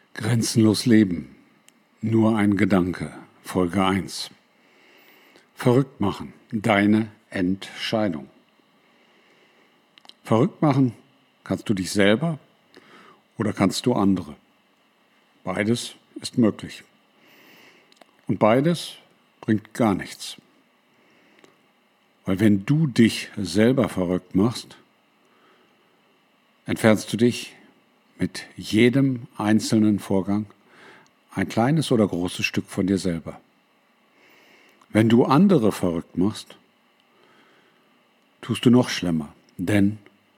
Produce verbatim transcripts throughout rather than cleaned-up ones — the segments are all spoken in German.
Grenzenlos leben. Nur ein Gedanke. Folge eins. Verrückt machen. Deine Entscheidung. Verrückt machen kannst du dich selber oder kannst du andere. Beides ist möglich. Und beides bringt gar nichts. Weil wenn du dich selber verrückt machst, entfernst du dich mit jedem einzelnen Vorgang ein kleines oder großes Stück von dir selber. Wenn du andere verrückt machst, tust du noch schlimmer, denn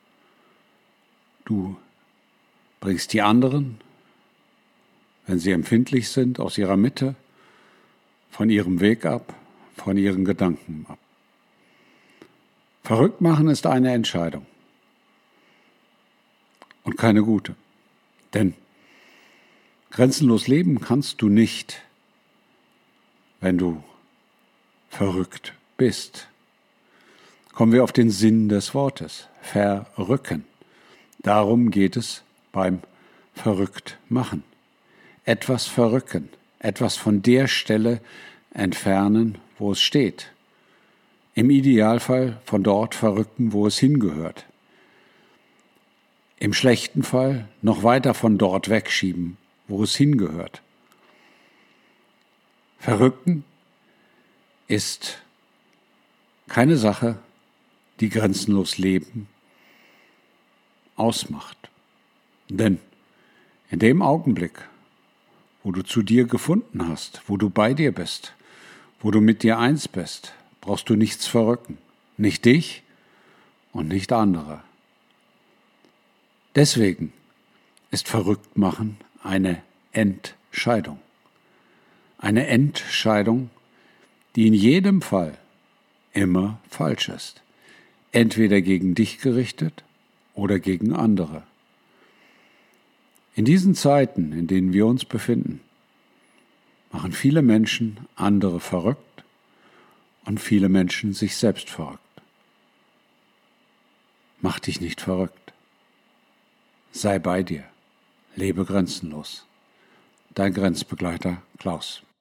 du bringst die anderen, wenn sie empfindlich sind, aus ihrer Mitte, von ihrem Weg ab, von ihren Gedanken ab. Verrückt machen ist eine Entscheidung und keine gute, denn grenzenlos leben kannst du nicht, wenn du verrückt bist. Kommen wir auf den Sinn des Wortes, verrücken. Darum geht es beim Verrücktmachen. Etwas verrücken, etwas von der Stelle entfernen, wo es steht. Im Idealfall von dort verrücken, wo es hingehört. Im schlechten Fall noch weiter von dort wegschieben, wo es hingehört. Verrücken ist keine Sache, die grenzenlos Leben ausmacht. Denn in dem Augenblick, wo du zu dir gefunden hast, wo du bei dir bist, wo du mit dir eins bist, brauchst du nichts verrücken. Nicht dich und nicht andere. Deswegen ist Verrücktmachen eine Entscheidung. Eine Entscheidung, die in jedem Fall immer falsch ist. Entweder gegen dich gerichtet oder gegen andere. In diesen Zeiten, in denen wir uns befinden, machen viele Menschen andere verrückt und viele Menschen sich selbst verrückt. Mach dich nicht verrückt. Sei bei dir. Lebe grenzenlos. Dein Grenzbegleiter Klaus.